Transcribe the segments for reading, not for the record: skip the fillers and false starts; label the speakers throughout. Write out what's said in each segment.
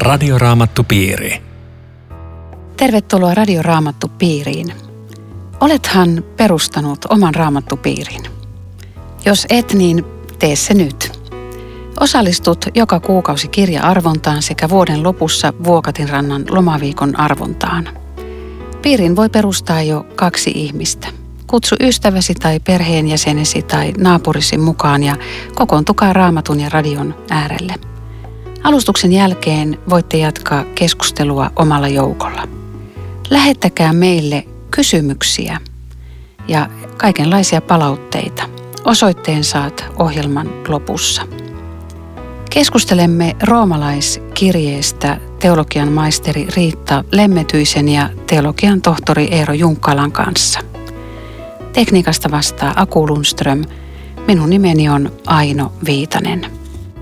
Speaker 1: Radioraamattupiiri.
Speaker 2: Tervetuloa Radioraamattupiiriin. Olethan perustanut oman raamattupiirin. Jos et, niin tee se nyt. Osallistut joka kuukausi kirja-arvontaan sekä vuoden lopussa Vuokatinrannan lomaviikon arvontaan. Piirin voi perustaa jo 2 ihmistä. Kutsu ystäväsi tai perheenjäsenesi tai naapurisi mukaan ja kokoontukaa Raamatun ja radion äärelle. Alustuksen jälkeen voitte jatkaa keskustelua omalla joukolla. Lähettäkää meille kysymyksiä ja kaikenlaisia palautteita. Osoitteen saat ohjelman lopussa. Keskustelemme roomalaiskirjeestä teologian maisteri Riitta Lemmetyisen ja teologian tohtori Eero Junkkalan kanssa. Tekniikasta vastaa Aku Lundström. Minun nimeni on Aino Viitanen.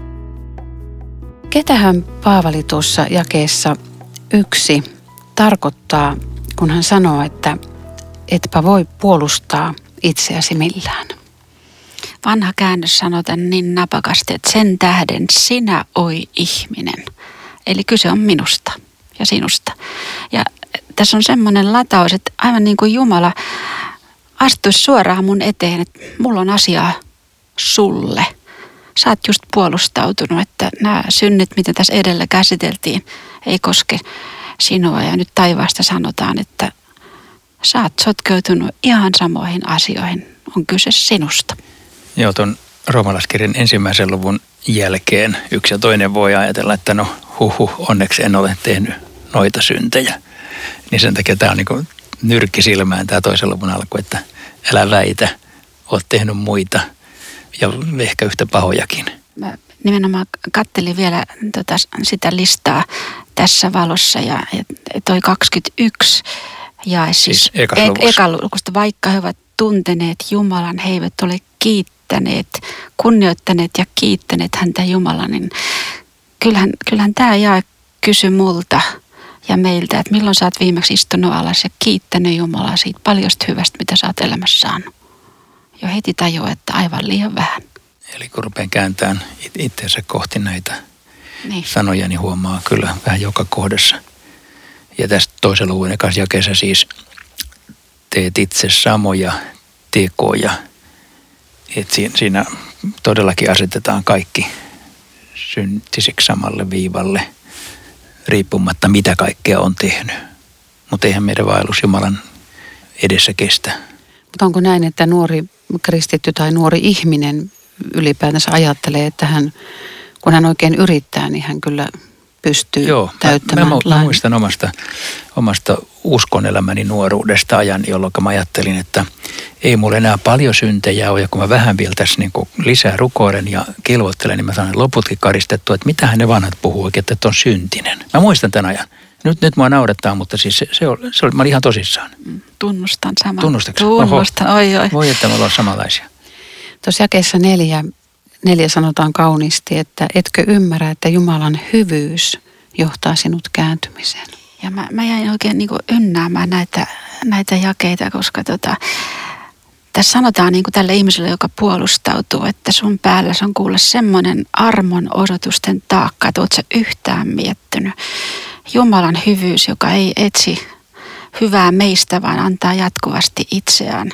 Speaker 2: Ketähän Paavali tuossa jakeessa 1 tarkoittaa, kun hän sanoo, että etpä voi puolustaa itseäsi millään?
Speaker 3: Vanha käännös sanotaan niin napakasti, että sen tähden sinä, oi ihminen. Eli kyse on minusta ja sinusta. Ja tässä on semmoinen lataus, että aivan niin kuin Jumala astuisi suoraan mun eteen, että mulla on asiaa sulle. Sä oot just puolustautunut, että nämä synnit, mitä tässä edellä käsiteltiin, ei koske sinua. Ja nyt taivaasta sanotaan, että sä oot sotkeutunut ihan samoihin asioihin. On kyse sinusta.
Speaker 4: Joo, tuon roomalaiskirjan 1. luvun jälkeen yksi ja toinen voi ajatella, että no onneksi en ole tehnyt noita syntejä. Niin sen takia tämä on niin kuin nyrkki silmään tämä 2. luvun alku, että älä väitä, oot tehnyt muita ja ehkä yhtä pahojakin.
Speaker 3: Mä nimenomaan kattelin vielä sitä listaa tässä valossa ja toi 21 jae siis eka luvusta, vaikka he ovat tunteneet Jumalan, he eivät ole kunnioittaneet ja kiittäneet häntä Jumala, niin kyllähän tämä jae kysy multa ja meiltä, että milloin sä oot viimeksi istunut alas ja kiittänyt Jumalaa siitä paljosta hyvästä, mitä sä oot elämässä saanut. Jo heti tajua, että aivan liian vähän.
Speaker 4: Eli kun rupean kääntämään itseensä kohti näitä sanoja, niin huomaa kyllä vähän joka kohdassa. Ja tästä 2. luvun ekassa jakeessa siis teet itse samoja tekoja. Että siinä todellakin asetetaan kaikki syntisiksi samalle viivalle, riippumatta mitä kaikkea on tehnyt. Mutta eihän meidän vaellus Jumalan edessä kestä.
Speaker 2: Mutta onko näin, että nuori kristitty tai nuori ihminen ylipäätänsä ajattelee, että kun hän oikein yrittää, niin hän kyllä pystyy täyttämään lain?
Speaker 4: Mä muistan omasta uskonelämäni nuoruudesta ajan, jolloin mä ajattelin, että ei mulla enää paljon syntejä ole, ja kun mä vähän vielä tässä niin lisää rukoilen ja kilvoittelen, niin mä saan loputkin karistettua, että mitähän ne vanhat puhuu oikein, että on syntinen. Mä muistan tämän ajan. Nyt mua naurattaa, mutta siis mä olin ihan tosissaan.
Speaker 3: Tunnustan samaa.
Speaker 4: Tunnustan,
Speaker 3: oi.
Speaker 4: Voi, että me ollaan samanlaisia.
Speaker 2: Tuossa jakeessa 4 sanotaan kauniisti, että etkö ymmärrä, että Jumalan hyvyys johtaa sinut kääntymiseen.
Speaker 3: Ja mä jäin oikein niin kuin ynnäämään näitä jakeita, koska tässä sanotaan niin kuin tälle ihmiselle, joka puolustautuu, että sun päällä on kuulla semmoinen armon osoitusten taakka, että oot sä yhtään miettinyt. Jumalan hyvyys, joka ei etsi hyvää meistä, vaan antaa jatkuvasti itseään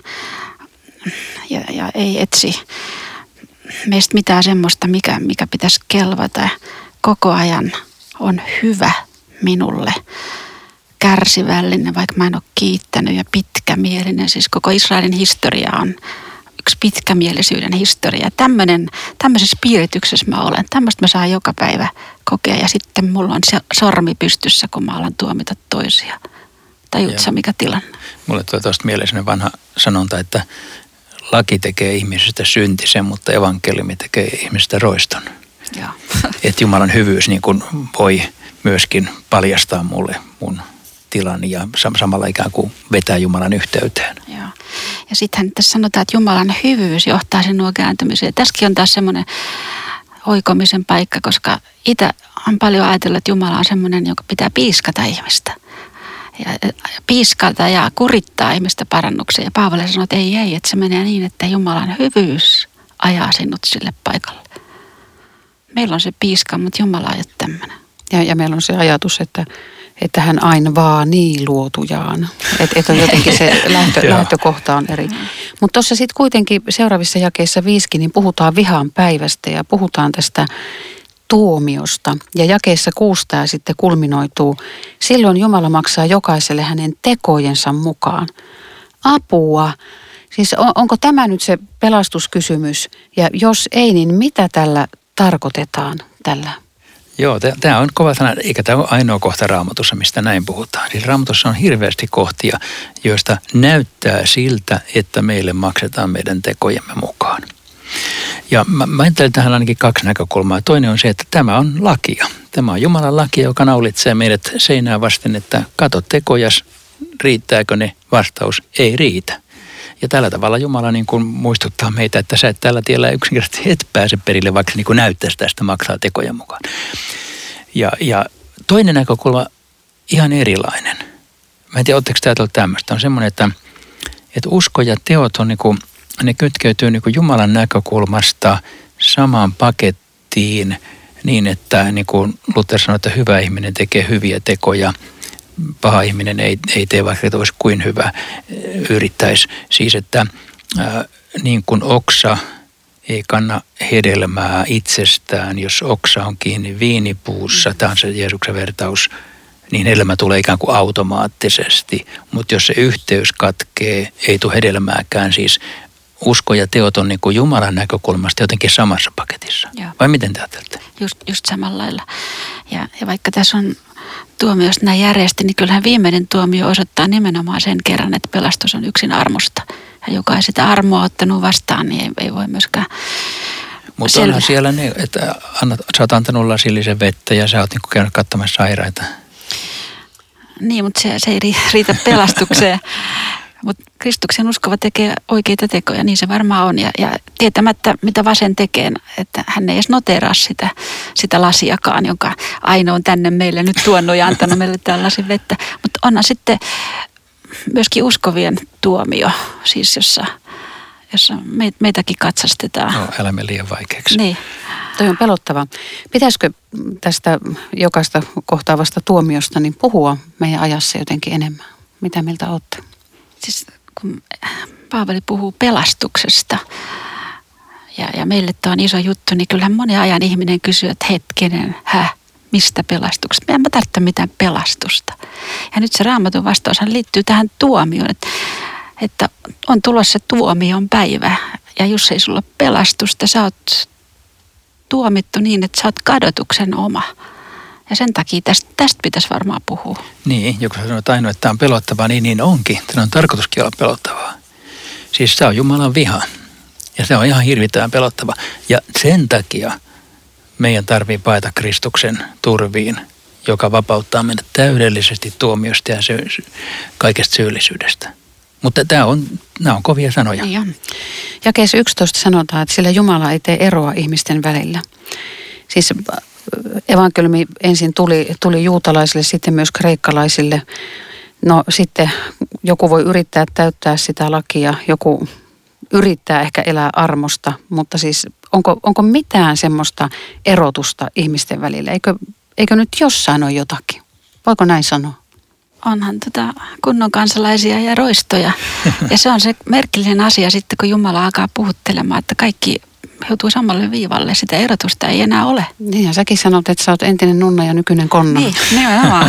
Speaker 3: ja ei etsi meistä mitään semmoista, mikä pitäisi kelvata. Koko ajan on hyvä minulle, kärsivällinen, vaikka mä en ole kiittänyt ja pitkämielinen. Siis koko Israelin historia on yksi pitkämielisyyden historia. Tämmöisessä piirityksessä mä olen. Tämmöistä mä saan joka päivä kokea ja sitten mulla on se sormi pystyssä, kun mä alan tuomita toisia. Tajutko sä, mikä tilanne?
Speaker 4: Mulle tulee tuosta mieleen vanha sanonta, että laki tekee ihmisestä syntisen, mutta evankeliumi tekee ihmisestä roiston. Että Jumalan hyvyys niin kuin voi myöskin paljastaa mulle mun tilani ja samalla ikään kuin vetää Jumalan yhteyteen.
Speaker 3: Joo. Ja sittenhän tässä sanotaan, että Jumalan hyvyys johtaa sinua kääntymiseen. Tässäkin on taas semmoinen oikomisen paikka, koska itse on paljon ajatellut, että Jumala on semmoinen, joka pitää piiskata ihmistä. Ja piiskata ja kurittaa ihmistä parannukseen. Ja Paavali sanoi, että ei, että se menee niin, että Jumalan hyvyys ajaa sinut sille paikalle. Meillä on se piiska, mutta Jumala ei ole tämmöinen.
Speaker 2: Ja meillä on se ajatus, että hän aina vaan niin luotujaan. Että on jotenkin se lähtökohta on eri. Mutta tuossa sitten kuitenkin seuraavissa jakeissa 5 niin puhutaan vihan päivästä ja puhutaan tästä tuomiosta. Ja jakeessa 6 tämä sitten kulminoituu. Silloin Jumala maksaa jokaiselle hänen tekojensa mukaan. Apua! Siis onko tämä nyt se pelastuskysymys? Ja jos ei, niin mitä tällä tarkoitetaan tällä?
Speaker 4: Joo, tämä on kova sana, eikä tämä ole ainoa kohta Raamatussa, mistä näin puhutaan. Siis Raamatussa on hirveästi kohtia, joista näyttää siltä, että meille maksetaan meidän tekojemme mukaan. Ja mä ajattelen tähän ainakin 2 näkökulmaa. Toinen on se, että tämä on lakia. Tämä on Jumalan laki, joka naulitsee meidät seinään vasten, että kato tekojas, riittääkö ne? Vastaus ei riitä. Ja tällä tavalla Jumala niin kuin muistuttaa meitä, että sä et tällä tiellä yksinkertaisesti et pääse perille, vaikka niin kuin näyttäisi tästä maksaa tekoja mukaan. Ja toinen näkökulma ihan erilainen. Mä en tiedä, oletteko te ajatellut tämmöistä. On semmoinen, että usko ja teot on niin kuin, ne kytkeytyy niin kuin Jumalan näkökulmasta samaan pakettiin niin, että niin kuin Luther sanoi, että hyvä ihminen tekee hyviä tekoja. Paha ihminen ei tee, vaikka olisi kuin hyvä yrittäisi. Siis, että niin kuin oksa ei kanna hedelmää itsestään, jos oksa on kiinni viinipuussa, tämä on se Jeesuksen vertaus, niin hedelmä tulee ikään kuin automaattisesti. Mutta jos se yhteys katkee, ei tule hedelmääkään. Siis usko ja teot on niin kuin Jumalan näkökulmasta jotenkin samassa paketissa. Joo. Vai miten te ajattelette?
Speaker 3: Just samalla lailla. Ja vaikka tässä on tuomiosta näin järjesti, niin kyllähän viimeinen tuomio osoittaa nimenomaan sen kerran, että pelastus on yksin armosta. Ja joka ei sitä armoa ottanut vastaan, niin ei voi myöskään.
Speaker 4: Mutta onhan siellä ne, että sä oot antanut lasillisen vettä ja sä oot niin käynyt katsomassa sairaita.
Speaker 3: Niin, mutta se ei riitä pelastukseen. Mutta Kristuksen uskova tekee oikeita tekoja, niin se varmaan on. Ja tietämättä, mitä vasen tekee, että hän ei edes noteraa sitä lasiakaan, jonka Aino on tänne meille nyt tuonut ja antanut meille tällaisen vettä. Mutta onhan sitten myöskin uskovien tuomio, siis jossa meitäkin katsastetaan.
Speaker 4: No, elämme liian vaikeaksi.
Speaker 3: Niin.
Speaker 2: Toi on pelottavaa. Pitäisikö tästä jokaista kohtaavasta tuomiosta niin puhua meidän ajassa jotenkin enemmän? Mitä mieltä olette?
Speaker 3: Siis kun Paavali puhuu pelastuksesta ja meille tuo on iso juttu, niin kyllähän moni ajan ihminen kysyy, että hetkinen, mistä pelastuksesta? En mä tarvitse mitään pelastusta. Ja nyt se Raamatun vastaushan liittyy tähän tuomioon, että on tulossa tuomion päivä. Ja jos ei sulla ole pelastusta, sä oot tuomittu niin, että sä oot kadotuksen oma. Ja sen takia tästä pitäisi varmaan puhua.
Speaker 4: Niin, joku sanoo, että ainoa, että tämä on pelottavaa, niin onkin. Tämä on tarkoituskin olla pelottavaa. Siis se on Jumalan viha. Ja se on ihan hirvittävän pelottava. Ja sen takia meidän tarvitsee paeta Kristuksen turviin, joka vapauttaa meidät täydellisesti tuomiosta ja kaikesta syyllisyydestä. Mutta nämä on kovia sanoja.
Speaker 2: Niin jakeessa 11 sanotaan, että sillä Jumala ei tee eroa ihmisten välillä. Siis evankeliumi ensin tuli juutalaisille, sitten myös kreikkalaisille. No sitten joku voi yrittää täyttää sitä lakia, joku yrittää ehkä elää armosta, mutta siis onko mitään semmoista erotusta ihmisten välillä? Eikö nyt jossain ole jotakin? Voiko näin sanoa?
Speaker 3: Onhan kunnon kansalaisia ja roistoja. Ja se on se merkillinen asia sitten, kun Jumala alkaa puhuttelemaan, että kaikki joutuu samalle viivalle. Sitä erotusta ei enää ole.
Speaker 2: Niin ja säkin sanot, että sä oot entinen nunna ja nykyinen konna.
Speaker 3: Niin, nimenomaan.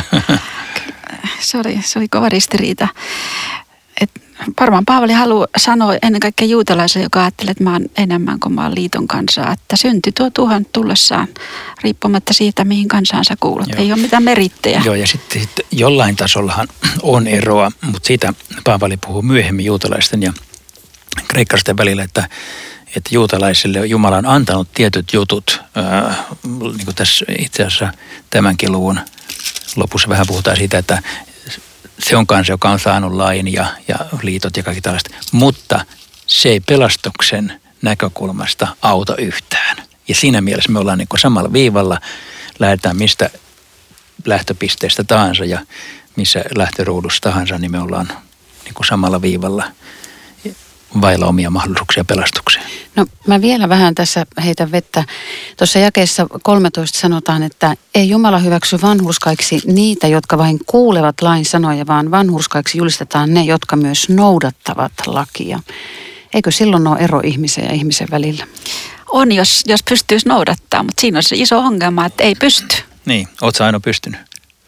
Speaker 3: Se oli kova ristiriita. Varmaan Paavali haluaa sanoa ennen kaikkea juutalaiselle, joka ajattelee, että mä oon enemmän kuin mä oon liiton kansaa. Että synti tuo tuohon tullessaan, riippumatta siitä, mihin kansaan sä kuulut. Joo. Ei ole mitään merittejä.
Speaker 4: Joo, ja sitten jollain tasollahan on eroa, mutta siitä Paavali puhuu myöhemmin juutalaisten ja kreikkalaisten välillä, että juutalaisille Jumala on antanut tietyt jutut, niin kuin tässä itse asiassa tämänkin luvun lopussa vähän puhutaan siitä, että se on kansa, joka on saanut lain ja liitot ja kaikki tällaista, mutta se ei pelastuksen näkökulmasta auta yhtään. Ja siinä mielessä me ollaan niin kuin samalla viivalla, lähdetään mistä lähtöpisteestä tahansa ja missä lähtöruudussa tahansa, niin me ollaan niin kuin samalla viivalla vailla omia mahdollisuuksia pelastukseen.
Speaker 2: No mä vielä vähän tässä heitän vettä. Tuossa jakeessa 13 sanotaan, että ei Jumala hyväksy vanhurskaiksi niitä, jotka vain kuulevat lain sanoja, vaan vanhurskaiksi julistetaan ne, jotka myös noudattavat lakia. Eikö silloin ole ero ihmisen ja ihmisen välillä?
Speaker 3: On, jos pystyisi noudattaa, mutta siinä on se iso ongelma, että ei pysty.
Speaker 4: Niin, oot sä aina pystynyt?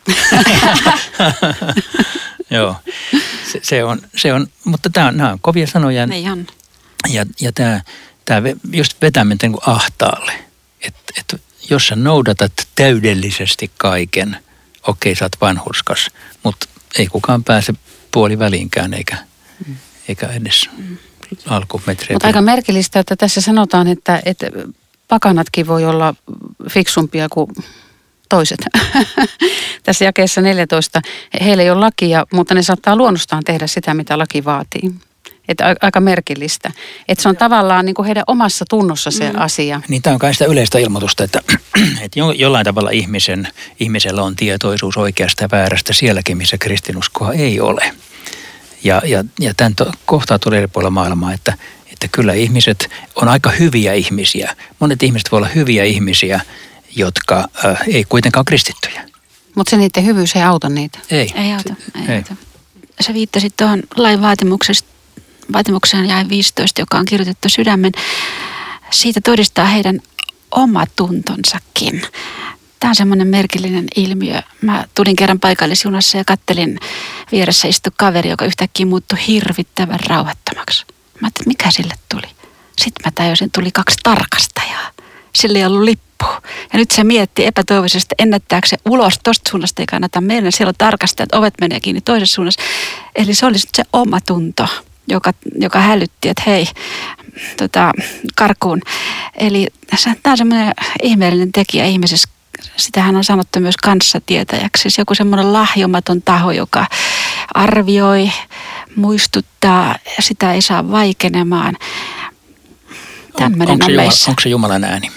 Speaker 4: Joo, se on, mutta nämä on kovia sanoja.
Speaker 3: Niin on.
Speaker 4: Ja tämä just vetäminen niin kuin ahtaalle, että jos sä noudatat täydellisesti kaiken, okei, sä oot vanhurskas, mutta ei kukaan pääse puoliväliinkään eikä edes alkumetrejä.
Speaker 2: Mutta aika merkillistä, että tässä sanotaan, että pakanatkin voi olla fiksumpia kuin toiset. Tässä jakeessa 14, heillä ei ole lakia, mutta ne saattaa luonnostaan tehdä sitä, mitä laki vaatii. Että aika merkillistä. Että se on tavallaan niin kuin heidän omassa tunnossa se asia.
Speaker 4: Niin tämä on kai sitä yleistä ilmoitusta, että jollain tavalla ihmisellä on tietoisuus oikeasta ja väärästä sielläkin, missä kristinuskoa ei ole. Ja tämän kohtaa tulee eri puolilla maailmaa, että kyllä ihmiset on aika hyviä ihmisiä. Monet ihmiset voi olla hyviä ihmisiä, jotka ei kuitenkaan ole kristittyjä.
Speaker 2: Mutta se niiden hyvyys ei auta niitä.
Speaker 3: Ei auta. Sä viittasit tuohon lain vaatimukseen jae 15, joka on kirjoitettu sydämen. Siitä todistaa heidän omatuntonsakin. Tämä on semmoinen merkillinen ilmiö. Mä tulin kerran paikallisjunassa ja kattelin vieressä istu kaveri, joka yhtäkkiä muuttui hirvittävän rauhattomaksi. Mä ajattelin, mikä sille tuli. Sitten mä tajusin, tuli 2 tarkastajaa. Sillä ei ollut lippua. Ja nyt se mietti epätoivoisesti, ennättääkö se ulos tosta suunnasta, ei kannata mennä. Siellä on tarkastajat, ovet menee kiinni toisessa suunnassa. Eli se oli se oma tunto, joka hälytti, että hei, karkuun. Eli tämä on semmoinen ihmeellinen tekijä ihmisessä. Sitähän on sanottu myös kanssatietäjäksi. Siis joku semmoinen lahjomaton taho, joka arvioi, muistuttaa ja sitä ei saa vaikenemaan. Tämmöinen on meissä.
Speaker 4: Onko se Jumalan ääni?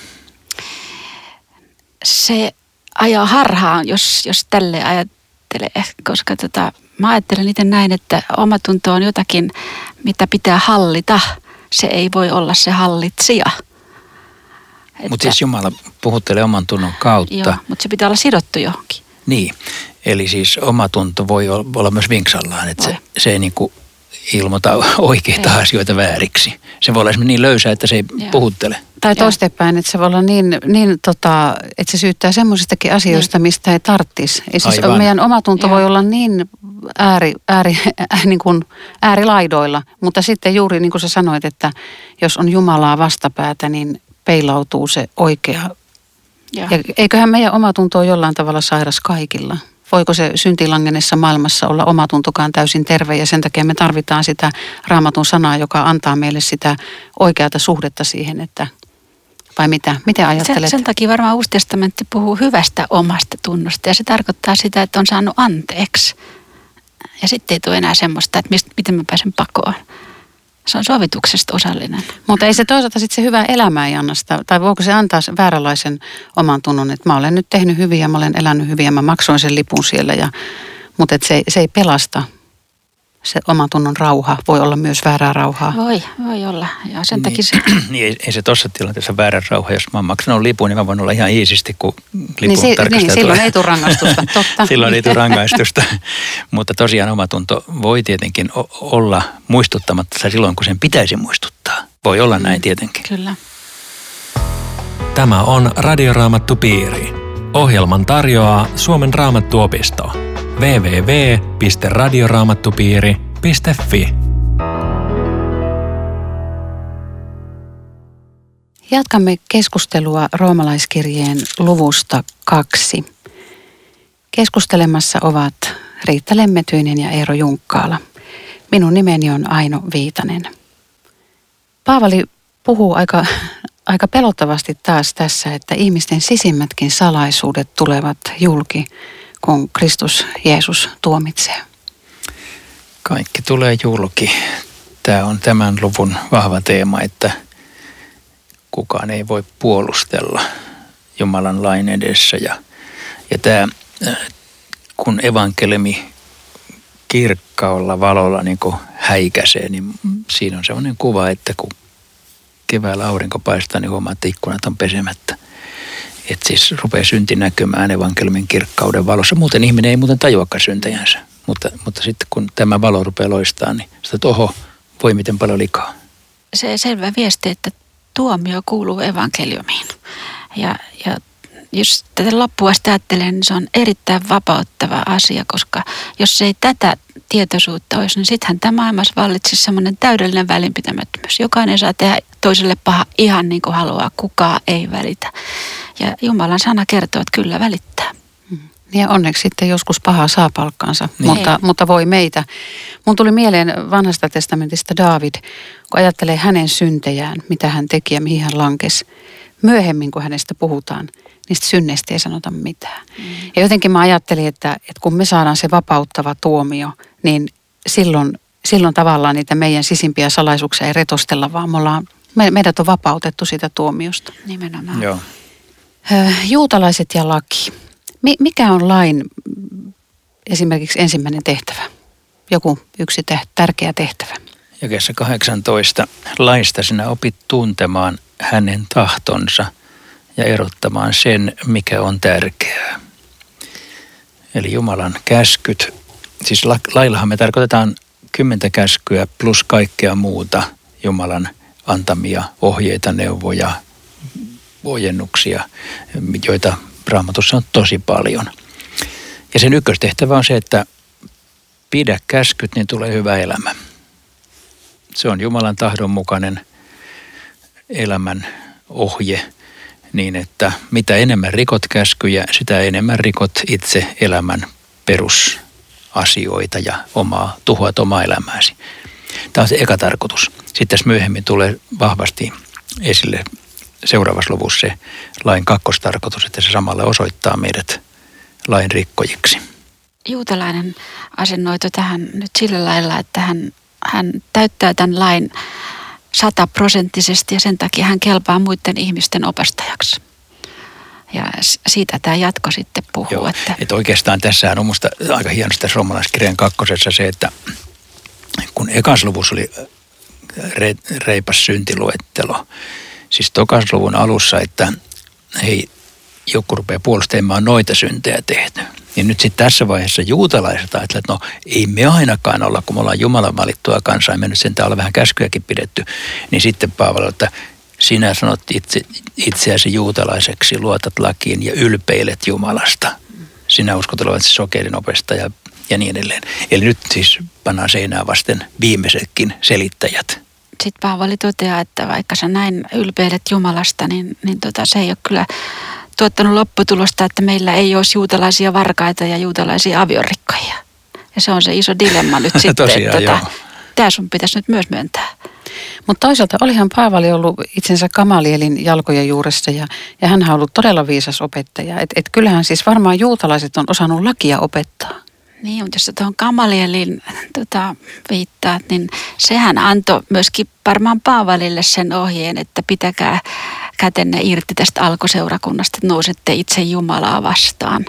Speaker 3: Se ajaa harhaan, jos tälleen ajattelee, koska mä ajattelen itse näin, että omatunto on jotakin, mitä pitää hallita. Se ei voi olla se hallitsija.
Speaker 4: Mutta siis Jumala puhuttelee oman tunnon kautta.
Speaker 3: Joo, mutta se pitää olla sidottu johonkin.
Speaker 4: Niin, eli siis omatunto voi olla myös vinksallaan, että se ei niinku ilmoita oikeita asioita vääriksi. Se voi olla esimerkiksi niin löysä, että se ei puhuttele.
Speaker 2: Tai toistepäin, että se voi olla että se syyttää semmoisistakin asioista, mistä ei tarttisi. Siis meidän omatunto voi olla niin niin kuin äärilaidoilla, mutta sitten juuri niin kuin sä sanoit, että jos on Jumalaa vastapäätä, niin peilautuu se oikea. Ja eiköhän meidän omatunto ole jollain tavalla sairas kaikilla. Voiko se syntilangenessa maailmassa olla omatuntokaan täysin terve ja sen takia me tarvitaan sitä Raamatun sanaa, joka antaa meille sitä oikeata suhdetta siihen, että vai mitä? Miten ajattelet?
Speaker 3: Sen takia varmaan Uusi testamentti puhuu hyvästä omasta tunnosta ja se tarkoittaa sitä, että on saanut anteeksi. Ja sitten ei tule enää semmoista, että miten mä pääsen pakoon. Se on sovituksesta osallinen.
Speaker 2: Mutta ei se toisaalta sitten se hyvää elämää ei anna sitä, tai voiko se antaa vääränlaisen oman tunnon, että mä olen nyt tehnyt hyviä ja mä olen elänyt hyviä ja mä maksoin sen lipun siellä, mutta se ei pelasta. Se oman tunnon rauha voi olla myös väärää rauhaa.
Speaker 3: Voi olla. Ja sen takia se...
Speaker 4: Niin, ei se tuossa tilanteessa väärä rauha. Jos mä oon maksanut lipun, niin mä voin olla ihan iisisti, kun lipun tarkastaja
Speaker 2: niin, silloin ei tule rangaistusta, totta.
Speaker 4: Silloin ei tule rangaistusta. Mutta tosiaan omatunto voi tietenkin olla muistuttamatta silloin, kun sen pitäisi muistuttaa. Voi olla näin tietenkin.
Speaker 3: Kyllä.
Speaker 1: Tämä on Radioraamattupiiri. Ohjelman tarjoaa Suomen Raamattuopisto. www.radioraamattupiiri.fi.
Speaker 2: Jatkamme keskustelua roomalaiskirjeen luvusta 2. Keskustelemassa ovat Riitta Lemmetyinen ja Eero Junkkaala. Minun nimeni on Aino Viitanen. Paavali puhuu aika pelottavasti taas tässä, että ihmisten sisimmätkin salaisuudet tulevat julki, kun Kristus Jeesus tuomitsee.
Speaker 4: Kaikki tulee julki. Tämä on tämän luvun vahva teema, että kukaan ei voi puolustella Jumalan lain edessä. Ja tämä, kun evankeliumi kirkkaalla valolla niin kuin häikäisee, niin siinä on sellainen kuva, että kun keväällä aurinko paistaa, niin huomaa, että ikkunat on pesemättä. Että siis rupeaa synti näkymään evankeliumin kirkkauden valossa. Muuten ihminen ei muuten tajuakaan syntejänsä. Mutta sitten kun tämä valo rupeaa loistamaan, niin sitä, että oho, voi miten paljon likaa.
Speaker 3: Se selvä viesti, että tuomio kuuluu evankeliumiin. Ja jos tätä loppua sitten ajattelee, niin se on erittäin vapauttava asia, koska jos ei tätä tietoisuutta olisi, niin sittenhän tämä maailmassa vallitsisi semmoinen täydellinen välinpitämättömyys. Jokainen saa tehdä toiselle paha ihan niin kuin haluaa, kukaan ei välitä. Ja Jumalan sana kertoo, että kyllä välittää.
Speaker 2: Ja onneksi sitten joskus paha saa palkkaansa, mutta voi meitä. Mun tuli mieleen vanhasta testamentista Daavid, kun ajattelee hänen syntejään, mitä hän teki ja mihin hän lankesi. Myöhemmin, kun hänestä puhutaan, niistä synneistä ei sanota mitään. Ja jotenkin mä ajattelin, että kun me saadaan se vapauttava tuomio, niin silloin tavallaan niitä meidän sisimpiä salaisuuksia ei retostella, vaan meidät on vapautettu siitä tuomiosta.
Speaker 3: Nimenomaan.
Speaker 4: Joo.
Speaker 2: Juutalaiset ja laki. Mikä on lain esimerkiksi ensimmäinen tehtävä? Joku yksi tärkeä tehtävä.
Speaker 4: Jakeessa 18. Laista sinä opit tuntemaan hänen tahtonsa ja erottamaan sen, mikä on tärkeää. Eli Jumalan käskyt. Siis laillahan me tarkoitetaan 10 käskyä plus kaikkea muuta Jumalan antamia ohjeita, neuvoja, ojennuksia, joita Raamatussa on tosi paljon. Ja sen ykköstehtävä on se, että pidä käskyt, niin tulee hyvä elämä. Se on Jumalan tahdon mukainen elämän ohje niin, että mitä enemmän rikot käskyjä, sitä enemmän rikot itse elämän perusasioita ja tuhoat omaa elämääsi. Tämä on se eka tarkoitus. Sitten tässä myöhemmin tulee vahvasti esille seuraavassa luvussa se lain kakkostarkoitus, että se samalla osoittaa meidät lain rikkojiksi.
Speaker 3: Juutalainen asennoitu tähän nyt sillä lailla, että hän täyttää tämän lain 100% ja sen takia hän kelpaa muiden ihmisten opastajaksi. Ja siitä tämä jatko sitten puhuu.
Speaker 4: Joo, että oikeastaan tässähän on musta aika hienosti tässä roomalaiskirjan 2. se, että kun ekas luvussa oli reipas syntiluettelo, siis tokas luvun alussa, että hei, joku rupeaa puolustamaan noita syntejä tehty. Niin nyt sitten tässä vaiheessa juutalaiset ajattelevat, että no ei me ainakaan olla, kun me ollaan Jumalan valittua kansaa, me nyt sentään olla vähän käskyäkin pidetty. Niin sitten Paavali, että sinä sanot itseäsi juutalaiseksi, luotat lakiin ja ylpeilet Jumalasta. Sinä uskot olevan sokerin opettaja ja niin edelleen. Eli nyt siis pannaan seinää vasten viimeisetkin selittäjät.
Speaker 3: Sitten Paavali toteaa, että vaikka sä näin ylpeilet Jumalasta, niin se ei ole kyllä tuottanut lopputulosta, että meillä ei olisi juutalaisia varkaita ja juutalaisia aviorikkoja. Ja se on se iso dilemma nyt sitten,
Speaker 4: tosiaan,
Speaker 3: että tämä sun pitäisi nyt myös myöntää.
Speaker 2: Mutta toisaalta olihan Paavali ollut itsensä Gamalielin jalkojen juuressa ja hän on ollut todella viisas opettaja. Et kyllähän siis varmaan juutalaiset on osannut lakia opettaa.
Speaker 3: Niin, mutta jos sä tuohon Gamalielin viittaat, niin sehän antoi myöskin varmaan Paavalille sen ohjeen, että pitäkää kätenne irti tästä alkuseurakunnasta, että nousette itse Jumalaa vastaan.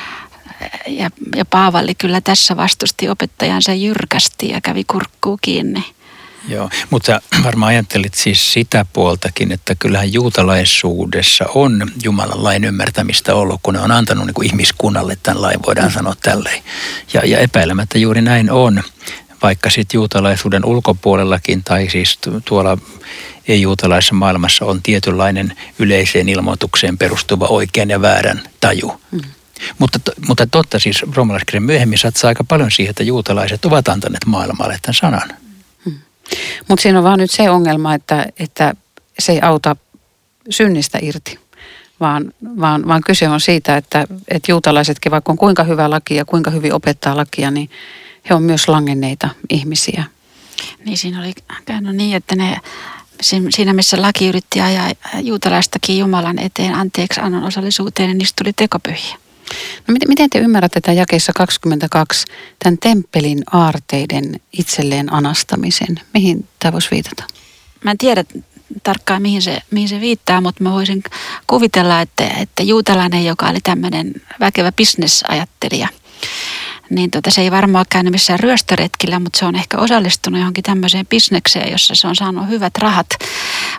Speaker 3: Ja Paavali kyllä tässä vastusti opettajansa jyrkästi ja kävi kurkkuu kiinni.
Speaker 4: Joo, mutta varmaan ajattelit siis sitä puoltakin, että kyllähän juutalaisuudessa on Jumalan lain ymmärtämistä ollut, kun ne on antanut niin kuin ihmiskunnalle tämän lain, voidaan sanoa tälleen. Ja epäilemättä juuri näin on, vaikka sitten juutalaisuuden ulkopuolellakin tai siis tuolla ei-juutalaisessa maailmassa on tietynlainen yleiseen ilmoitukseen perustuva oikean ja väärän taju. Mutta totta siis roomalaiskirjan myöhemmin satsaa aika paljon siihen, että juutalaiset ovat antaneet maailmalle tämän sanan.
Speaker 2: Mutta siinä on vaan nyt se ongelma, että se ei auta synnistä irti, vaan kyse on siitä, että juutalaisetkin, vaikka on kuinka hyvä laki ja kuinka hyvin opettaa lakia, niin he on myös langenneita ihmisiä.
Speaker 3: Niin siinä oli käynyt niin, että siinä missä laki yritti ajaa juutalaistakin Jumalan eteen anteeksi annon osallisuuteen, niin niistä tuli tekopyhiä.
Speaker 2: No miten te ymmärrätte tämän jakeessa 22, tämän temppelin aarteiden itselleen anastamisen? Mihin tämä voisi viitata?
Speaker 3: Mä en tiedä tarkkaan mihin se viittaa, mutta mä voisin kuvitella, että juutalainen, joka oli tämmöinen väkevä bisnesajattelija, niin se ei varmaan ole käynyt missään ryöstöretkillä, mutta se on ehkä osallistunut johonkin tämmöiseen bisnekseen, jossa se on saanut hyvät rahat.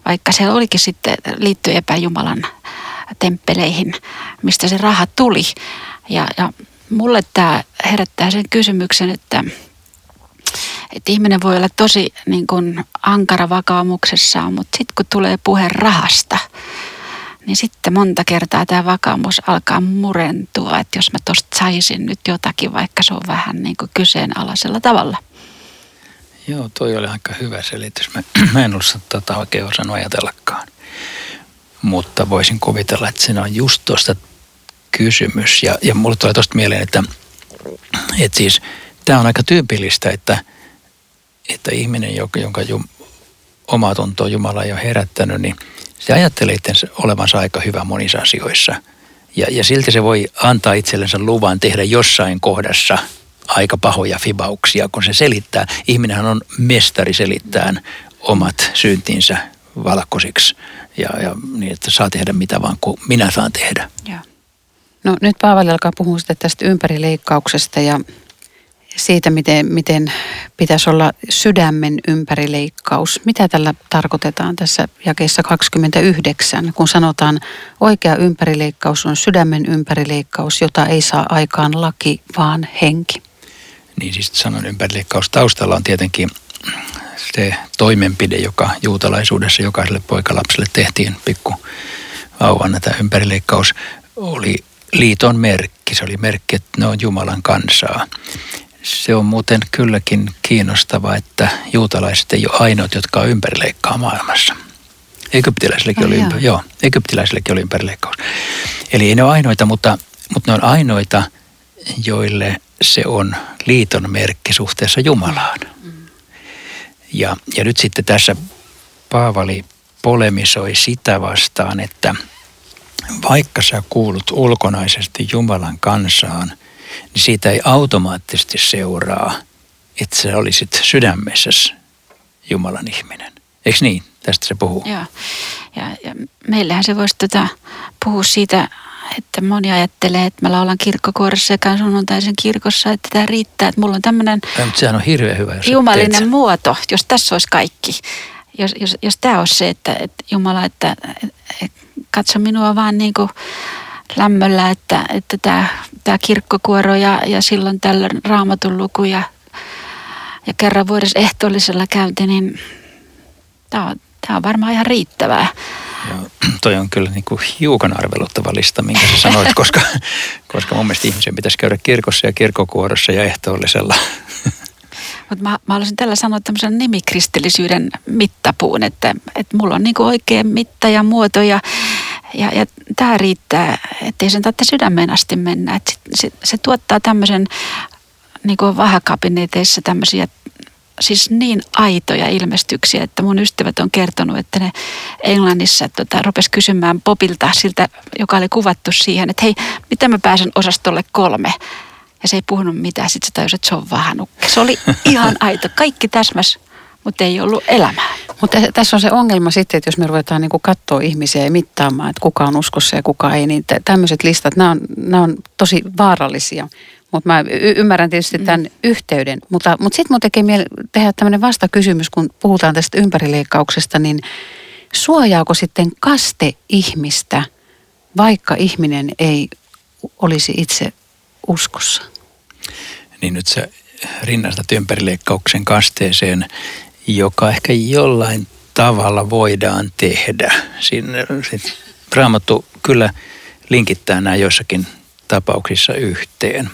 Speaker 3: vaikka se olikin sitten liittyy epäjumalan temppeleihin, mistä se raha tuli. Ja mulle tämä herättää sen kysymyksen, että ihminen voi olla tosi niin kuin ankara vakaumuksessaan, mutta sitten kun tulee puhe rahasta, niin sitten monta kertaa tämä vakaumus alkaa murentua, että jos mä tosta saisin nyt jotakin, vaikka se on vähän niin kuin kyseenalaisella tavalla.
Speaker 4: Joo, toi oli aika hyvä selitys. Mä en ollut tätä oikein osannut ajatellakaan. Mutta voisin kuvitella, että siinä on just tuosta kysymys. Ja mulle tulee tuosta mieleen, että siis tämä on aika tyypillistä, että ihminen, jonka omaa tuntoa Jumala ei ole herättänyt, niin se ajattelee itsensä olevansa aika hyvä monissa asioissa. Ja silti se voi antaa itsellensä luvan tehdä jossain kohdassa aika pahoja fibauksia, kun se selittää. Ihminenhän on mestari selittämään omat syntinsä valkoisiksi ja niin, että saa tehdä mitä vaan kuin minä saan tehdä.
Speaker 2: Ja. No nyt Paavali alkaa puhua tästä ympärileikkauksesta ja siitä, miten pitäisi olla sydämen ympärileikkaus. Mitä tällä tarkoitetaan tässä jakeessa 29, kun sanotaan oikea ympärileikkaus on sydämen ympärileikkaus, jota ei saa aikaan laki, vaan henki.
Speaker 4: Niin siis sanon ympärileikkaus taustalla on tietenkin se toimenpide, joka juutalaisuudessa jokaiselle poikalapselle tehtiin pikku vauvana. Tämä ympärileikkaus oli liiton merkki. Se oli merkki, että ne on Jumalan kansaa. Se on muuten kylläkin kiinnostavaa, että juutalaiset ei ole ainoat, jotka on ympärileikkaa maailmassa. Egyptiläisilläkin oli ympärileikkaus. Eli ei ne ole ainoita, mutta ne on ainoita, joille se on liiton merkki suhteessa Jumalaan. Ja nyt sitten tässä Paavali polemisoi sitä vastaan, että vaikka sä kuulut ulkonaisesti Jumalan kansaan, niin siitä ei automaattisesti seuraa, että sä olisit sydämessäsi Jumalan ihminen. Eikö niin? Tästä se puhuu.
Speaker 3: Joo. Ja meillähän se voisi puhua siitä, että moni ajattelee, että mä laulan kirkkokuorossa ja käyn sunnuntaisen kirkossa, että tämä riittää, että mulla on tämmöinen
Speaker 4: sehän on hirveän hyvä, jos
Speaker 3: jumalinen muoto, jos tässä olisi kaikki. Jos tämä olisi se, että Jumala, että katso minua vaan niin kuin lämmöllä, että tämä kirkkokuoro ja silloin tällöin Raamatun luku ja kerran vuodessa ehtoollisella käynti, niin tämä on varmaan ihan riittävää.
Speaker 4: Joo, toi on kyllä niin kuin hiukan arveluttava lista, minkä sä sanoit, koska mun mielestä ihmisen pitäisi käydä kirkossa ja kirkkokuorossa ja ehtoollisella.
Speaker 3: Mutta mä haluaisin tällä sanoa tämmöisen nimikristillisyyden mittapuun, että mulla on niin kuin oikea mitta ja muoto ja tämä riittää, ettei sen tarvitse sydämeen asti mennä. Et se tuottaa tämmöisen niin kuin vahakabineteissa tämmöisiä siis niin aitoja ilmestyksiä, että mun ystävät on kertonut, että ne Englannissa rupesi kysymään Bobilta siltä, joka oli kuvattu siihen, että hei, miten mä pääsen osastolle 3? Ja se ei puhunut mitään, sitten se tajusi, että se on vahanukke. Se oli ihan aito, kaikki täsmäs, mutta ei ollut elämää.
Speaker 2: Mutta tässä on se ongelma sitten, että jos me ruvetaan niin kuin katsoa ihmisiä ja mittaamaan, että kuka on uskossa ja kuka ei, niin tämmöiset listat, nämä on tosi vaarallisia. Mutta mä ymmärrän tietysti tämän yhteyden. Mutta sitten mun tekee mieli tehdä tämmöinen vastakysymys, kun puhutaan tästä ympärileikkauksesta, niin suojaako sitten kaste ihmistä, vaikka ihminen ei olisi itse uskossa? Niin nyt
Speaker 4: sä rinnastat ympärileikkauksen kasteeseen, joka ehkä jollain tavalla voidaan tehdä. Raamattu kyllä linkittää nämä joissakin tapauksissa yhteen.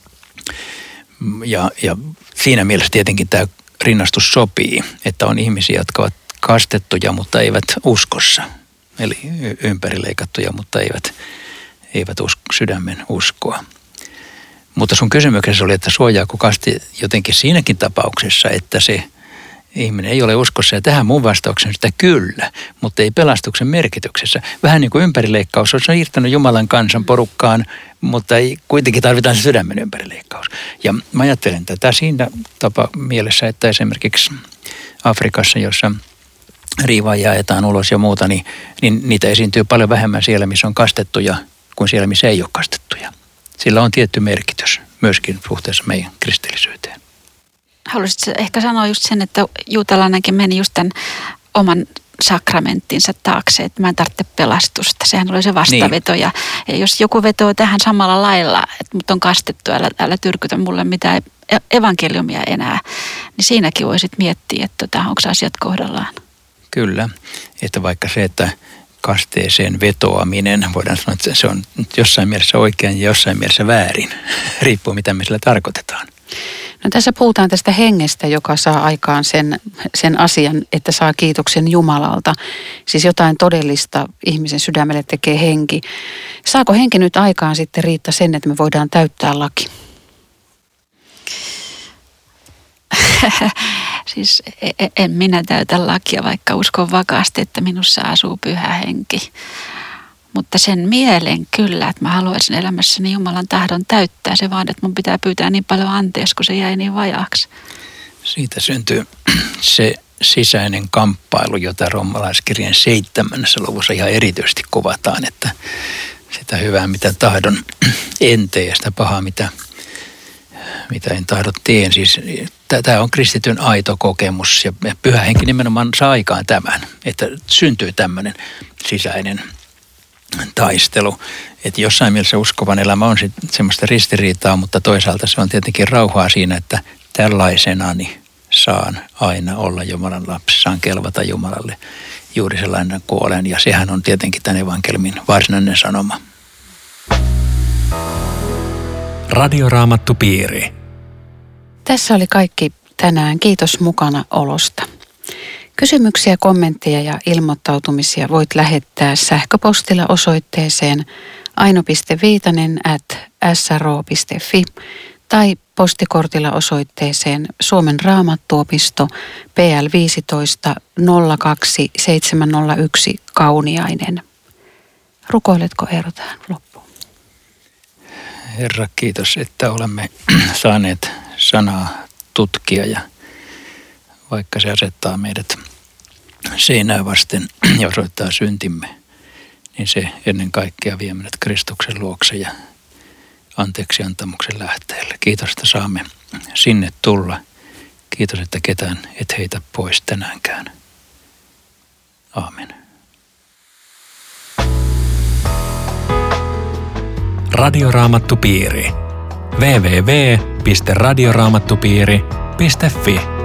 Speaker 4: Ja siinä mielessä tietenkin tämä rinnastus sopii, että on ihmisiä, jotka ovat kastettuja, mutta eivät uskossa. Eli ympärileikattuja, mutta eivät sydämen uskoa. Mutta sun kysymyksessä oli, että suojaako kaste jotenkin siinäkin tapauksessa, että se ihminen ei ole uskossa. Ja tähän mun vastauksen sitä kyllä, mutta ei pelastuksen merkityksessä. Vähän niin kuin ympärileikkaus on siirtänyt Jumalan kansan porukkaan, mutta ei kuitenkin tarvitaan se sydämen ympärileikkaus. Ja mä ajattelen tätä siinä mielessä, että esimerkiksi Afrikassa, jossa riivaa jaetaan ulos ja muuta, niin niitä esiintyy paljon vähemmän siellä, missä on kastettuja, kuin siellä, missä ei ole kastettuja. Sillä on tietty merkitys myöskin suhteessa meidän kristillisyyteen.
Speaker 3: Haluaisitko ehkä sanoa just sen, että juutalainenkin meni just tämän oman sakramenttinsa taakse, että mä en tarvitse pelastusta. Sehän oli se vastaveto. Niin. Ja jos joku vetoo tähän samalla lailla, että mut on kastettu, älä tyrkytä mulle mitään evankeliumia enää, niin siinäkin voisit miettiä, että onko asiat kohdallaan.
Speaker 4: Kyllä, että vaikka se, että kasteeseen vetoaminen, voidaan sanoa, että se on jossain mielessä oikein ja jossain mielessä väärin, riippuu mitä me sillä tarkoitetaan.
Speaker 2: No tässä puhutaan tästä hengestä, joka saa aikaan sen asian, että saa kiitoksen Jumalalta. Siis jotain todellista ihmisen sydämelle tekee henki. Saako henki nyt aikaan sitten, Riitta, sen, että me voidaan täyttää laki?
Speaker 3: Siis en minä täytä lakia, vaikka uskon vakaasti, että minussa asuu pyhä henki. Mutta sen mielen kyllä, että mä haluaisin elämässäni Jumalan tahdon täyttää. Se vaan, että mun pitää pyytää niin paljon anteeksi, kun se jäi niin vajaaksi.
Speaker 4: Siitä syntyy se sisäinen kamppailu, jota roomalaiskirjeen 7. luvussa ihan erityisesti kuvataan, että sitä hyvää, mitä tahdon en tee ja sitä pahaa, mitä en tahdo teen. Siis tämä on kristityn aito kokemus ja pyhä henki nimenomaan saa aikaan tämän, että syntyy tämmöinen sisäinen taistelu. Että jossain mielessä uskovan elämä on semmoista ristiriitaa, mutta toisaalta se on tietenkin rauhaa siinä, että tällaisenani saan aina olla Jumalan lapsi, saan kelvata Jumalalle juuri sellainen kuin olen. Ja sehän on tietenkin tämän evankeliumin varsinainen sanoma.
Speaker 1: Radioraamattupiiri.
Speaker 2: Tässä oli kaikki tänään. Kiitos mukana olosta. Kysymyksiä, kommentteja ja ilmoittautumisia voit lähettää sähköpostilla osoitteeseen aino.viitanen@sro.fi tai postikortilla osoitteeseen Suomen Raamattuopisto PL 15 02701 Kauniainen. Rukoiletko Eero tähän loppuun?
Speaker 4: Herra, kiitos, että olemme saaneet sanaa tutkia ja vaikka se asettaa meidät seinää vasten ja osoittaa syntimme, niin se ennen kaikkea vie meidät Kristuksen luokse ja anteeksiantamuksen lähteelle. Kiitos, että saamme sinne tulla. Kiitos, että ketään et heitä pois tänäänkään. Aamen.
Speaker 1: Radioraamattupiiri. www.radioraamattupiiri.fi